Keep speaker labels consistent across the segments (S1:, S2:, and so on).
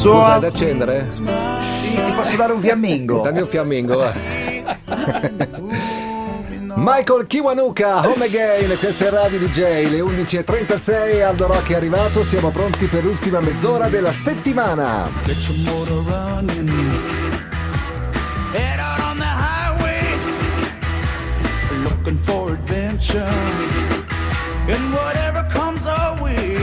S1: Scusa,
S2: è da accendere?
S1: Ti posso dare un fiammingo?
S2: Dammi un fiammingo, va. Michael Kiwanuka, Home Again, questa è Radio DJ, le 11.36, Aldo Rock è arrivato, siamo pronti per l'ultima mezz'ora della settimana.
S3: Get your motor running. Head out on the highway, looking for adventure, and whatever comes our way.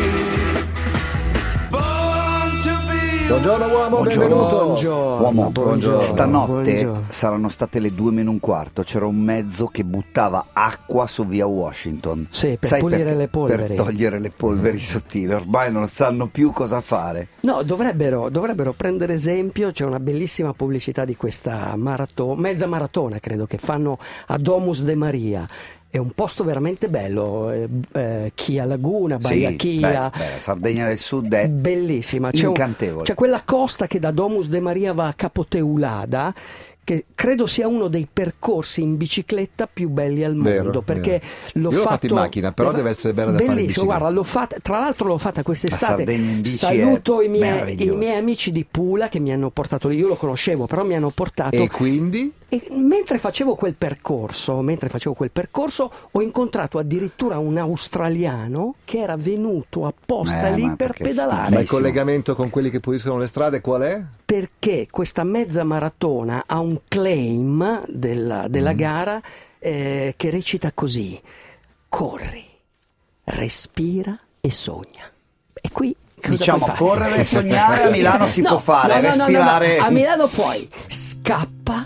S3: Born to be.
S2: Buongiorno uomo,
S1: Buongiorno.
S2: benvenuto.
S1: Uomo,
S2: Buongiorno.
S1: stanotte
S4: Buongiorno.
S1: saranno state le 2:15, c'era un mezzo che buttava acqua su via Washington.
S4: Sì, per
S1: Sai
S4: pulire
S1: perché?
S4: le polveri.
S1: Per togliere le polveri sottili, ormai non sanno più cosa fare.
S4: No, dovrebbero prendere esempio. C'è una bellissima pubblicità di questa mezza maratona, credo, che fanno a Domus de Maria. È un posto veramente bello, Chia Laguna, Baia
S1: Sì,
S4: Chia.
S1: beh, la Sardegna del Sud è
S4: Bellissima,
S1: incantevole.
S4: C'è quella costa che da Domus de Maria va a Capoteulada, che credo sia uno dei percorsi in bicicletta più belli al mondo,
S2: Vero,
S4: perché
S2: vero. Io l'ho fatto in macchina, però deve essere bella da fare in
S4: bellissimo.
S2: bicicletta.
S4: Tra l'altro l'ho fatta quest'estate.
S1: La Sardegna in bici
S4: Saluto
S1: è
S4: i miei
S1: meravigliosa.
S4: amici di Pula che mi hanno portato lì. Io lo conoscevo, però mi hanno portato.
S2: E quindi?
S4: E mentre facevo quel percorso, ho incontrato addirittura un australiano che era venuto apposta lì
S1: ma
S4: per
S1: perché
S4: pedalare.
S2: Ma il
S1: Bellissimo.
S2: collegamento con quelli che puliscono le strade qual è?
S4: Perché questa mezza maratona ha un claim della gara che recita così: corri, respira e sogna. E qui cosa
S1: Diciamo,
S4: puoi fare?
S1: correre e sognare a Milano si
S4: No,
S1: può fare,
S4: no,
S1: respirare.
S4: A Milano puoi scappa,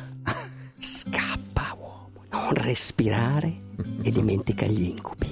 S4: uomo, non respirare e dimentica gli incubi.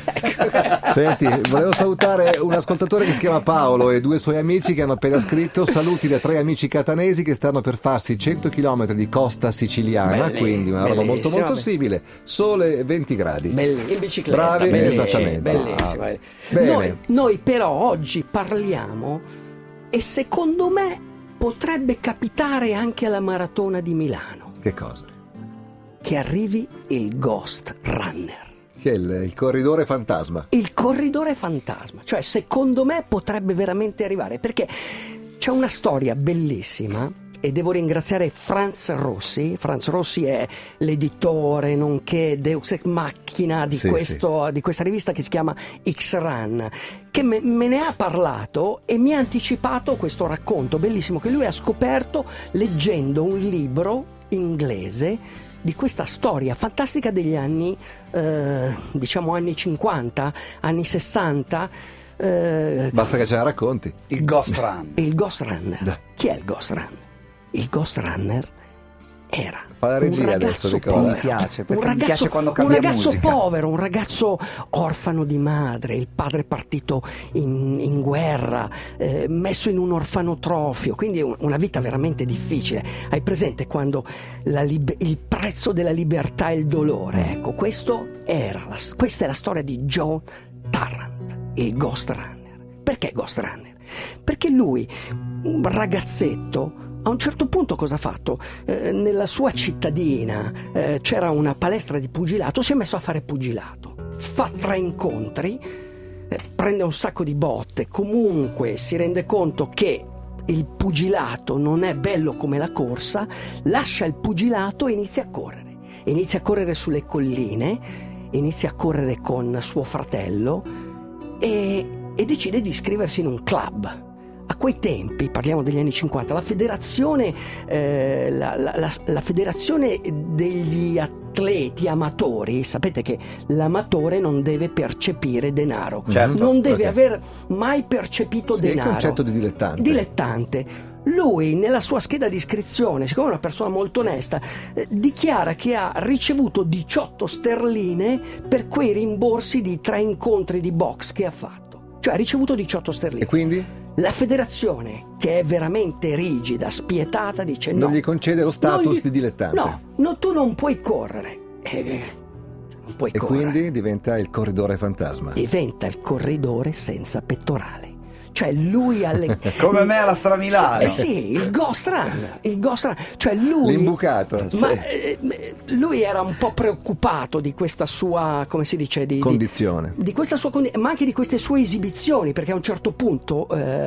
S2: Senti, volevo salutare un ascoltatore che si chiama Paolo e due suoi amici che hanno appena scritto saluti da 3 amici catanesi che stanno per farsi 100 km di costa siciliana, quindi una roba molto
S4: bellissima,
S2: molto simile, sole e 20 gradi.
S4: In bicicletta.
S2: Bravi,
S4: bellissimo,
S2: esattamente.
S4: bellissimo.
S2: Bene.
S4: Noi però oggi parliamo, e secondo me potrebbe capitare anche alla maratona di Milano,
S2: Che cosa?
S4: che arrivi il Ghost Runner.
S2: Che è il corridore fantasma.
S4: Il corridore fantasma, cioè secondo me potrebbe veramente arrivare, perché c'è una storia bellissima e devo ringraziare Franz Rossi. Franz Rossi è l'editore nonché Deus Ex Machina di
S2: Sì,
S4: questa rivista che si chiama X-Run, che me ne ha parlato e mi ha anticipato questo racconto bellissimo che lui ha scoperto leggendo un libro inglese di questa storia fantastica degli anni, diciamo anni 50, anni 60.
S2: Basta che ce la racconti.
S1: Il Ghost Run.
S4: Il Ghost Runner.
S2: Dai.
S4: Chi è il Ghost Runner? Il Ghost Runner era
S2: Fa la regia
S4: un
S2: adesso,
S4: ragazzo
S2: Nicola.
S4: povero,
S1: Mi piace, perché
S4: un
S1: mi piace
S4: ragazzo,
S1: quando
S4: un
S1: cambia
S4: ragazzo
S1: musica.
S4: povero, un ragazzo orfano di madre, il padre partito in guerra, messo in un orfanotrofio, quindi una vita veramente difficile. Hai presente quando il prezzo della libertà è il dolore? Ecco, questa è la storia di Joe Tarrant, il Ghost Runner. Perché Ghost Runner? Perché lui, un ragazzetto, a un certo punto cosa ha fatto? Nella sua cittadina c'era una palestra di pugilato, si è messo a fare pugilato, fa 3 incontri, prende un sacco di botte, comunque si rende conto che il pugilato non è bello come la corsa, lascia il pugilato e inizia a correre sulle colline, inizia a correre con suo fratello e decide di iscriversi in un club. A quei tempi, parliamo degli anni 50, la federazione degli atleti amatori, sapete che l'amatore non deve percepire denaro,
S1: Certo,
S4: non deve
S2: ok.
S4: aver mai percepito
S2: Sì, è il
S4: denaro.
S2: concetto di dilettante.
S4: Dilettante. Lui nella sua scheda di iscrizione, siccome è una persona molto onesta, dichiara che ha ricevuto 18 sterline per quei rimborsi di 3 incontri di box che ha fatto. Cioè ha ricevuto 18 sterline.
S2: E quindi?
S4: La federazione, che è veramente rigida, spietata, dice no.
S2: Non gli concede lo status
S4: Non gli-
S2: di dilettante.
S4: No, tu non puoi correre. Non puoi
S2: E
S4: correre.
S2: quindi diventa il corridore fantasma.
S4: Diventa il corridore senza pettorale. cioè lui alle...
S1: Come me alla Stramilano.
S4: Sì, il Ghost Runner, cioè lui...
S2: L'imbucato.
S4: Ma lui era un po' preoccupato di questa sua, come si dice,
S2: condizione.
S4: di questa sua ma anche di queste sue esibizioni, perché a un certo punto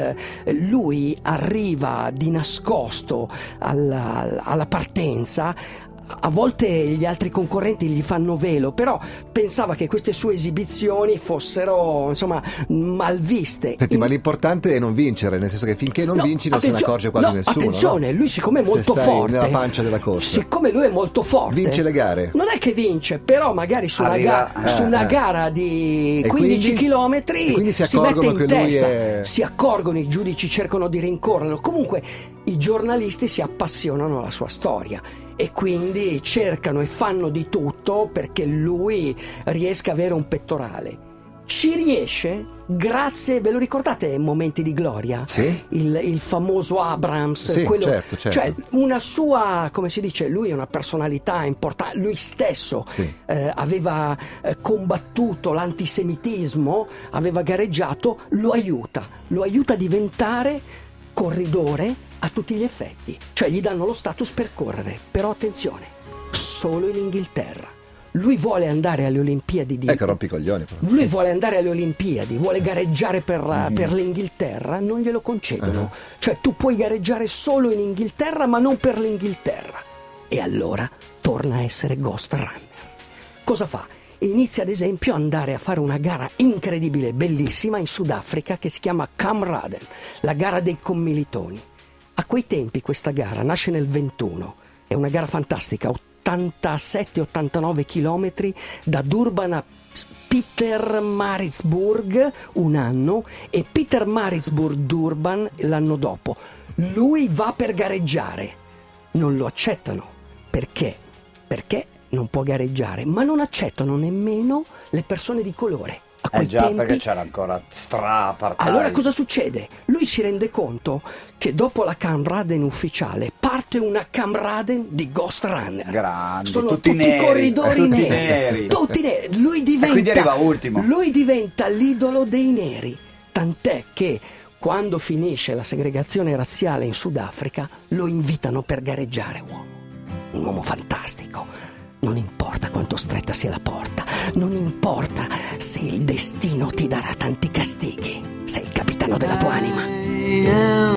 S4: lui arriva di nascosto alla partenza. A volte gli altri concorrenti gli fanno velo, però pensava che queste sue esibizioni fossero, insomma, mal viste.
S2: Senti, ma l'importante è non vincere, nel senso che finché non vinci non se ne accorge quasi nessuno.
S4: Attenzione,
S2: no?
S4: Lui siccome è molto
S2: se stai
S4: forte,
S2: nella pancia della corsa,
S4: siccome lui è molto forte,
S2: vince le gare.
S4: Non è che vince, però magari su una gara di 15 chilometri
S2: quindi
S4: si mette in testa.
S2: È...
S4: Si accorgono, i giudici cercano di rincorrerlo. Comunque i giornalisti si appassionano alla sua storia e quindi cercano e fanno di tutto perché lui riesca a avere un pettorale. Ci riesce grazie, ve lo ricordate Momenti di Gloria?
S2: Sì.
S4: Il famoso Abrams,
S2: sì,
S4: quello,
S2: certo.
S4: cioè una sua, come si dice, lui è una personalità importante, lui stesso
S2: sì.
S4: Aveva combattuto l'antisemitismo, aveva gareggiato, lo aiuta a diventare corridore a tutti gli effetti, cioè gli danno lo status per correre, però attenzione, solo in Inghilterra. Lui vuole andare alle Olimpiadi di...
S2: Ecco, rompicoglioni.
S4: Lui vuole andare alle Olimpiadi, vuole gareggiare per l'Inghilterra, non glielo concedono. Cioè tu puoi gareggiare solo in Inghilterra, ma non per l'Inghilterra. E allora torna a essere Ghost Runner. Cosa fa? Inizia ad esempio ad andare a fare una gara incredibile, bellissima in Sudafrica che si chiama Kamraden, la gara dei commilitoni. A quei tempi questa gara nasce nel 21, è una gara fantastica, 87-89 chilometri da Durban a Pietermaritzburg un anno e Pietermaritzburg-Durban l'anno dopo. Lui va per gareggiare, non lo accettano. Perché? Perché non può gareggiare, ma non accettano nemmeno le persone di colore. A quei tempi...
S1: perché c'era ancora
S4: Allora cosa succede? Lui si rende conto che dopo la Kamraden ufficiale parte una Kamraden di Ghost Runner.
S1: Grandi,
S4: sono
S1: tutti neri,
S4: corridori
S1: tutti
S4: neri.
S1: neri.
S4: Tutti neri. Lui diventa,
S1: quindi arriva ultimo.
S4: Lui diventa l'idolo dei neri, tant'è che quando finisce la segregazione razziale in Sudafrica lo invitano per gareggiare. Un uomo fantastico. Non importa quanto stretta sia la porta, non importa se il destino ti darà tanti castighi, sei il capitano della tua anima.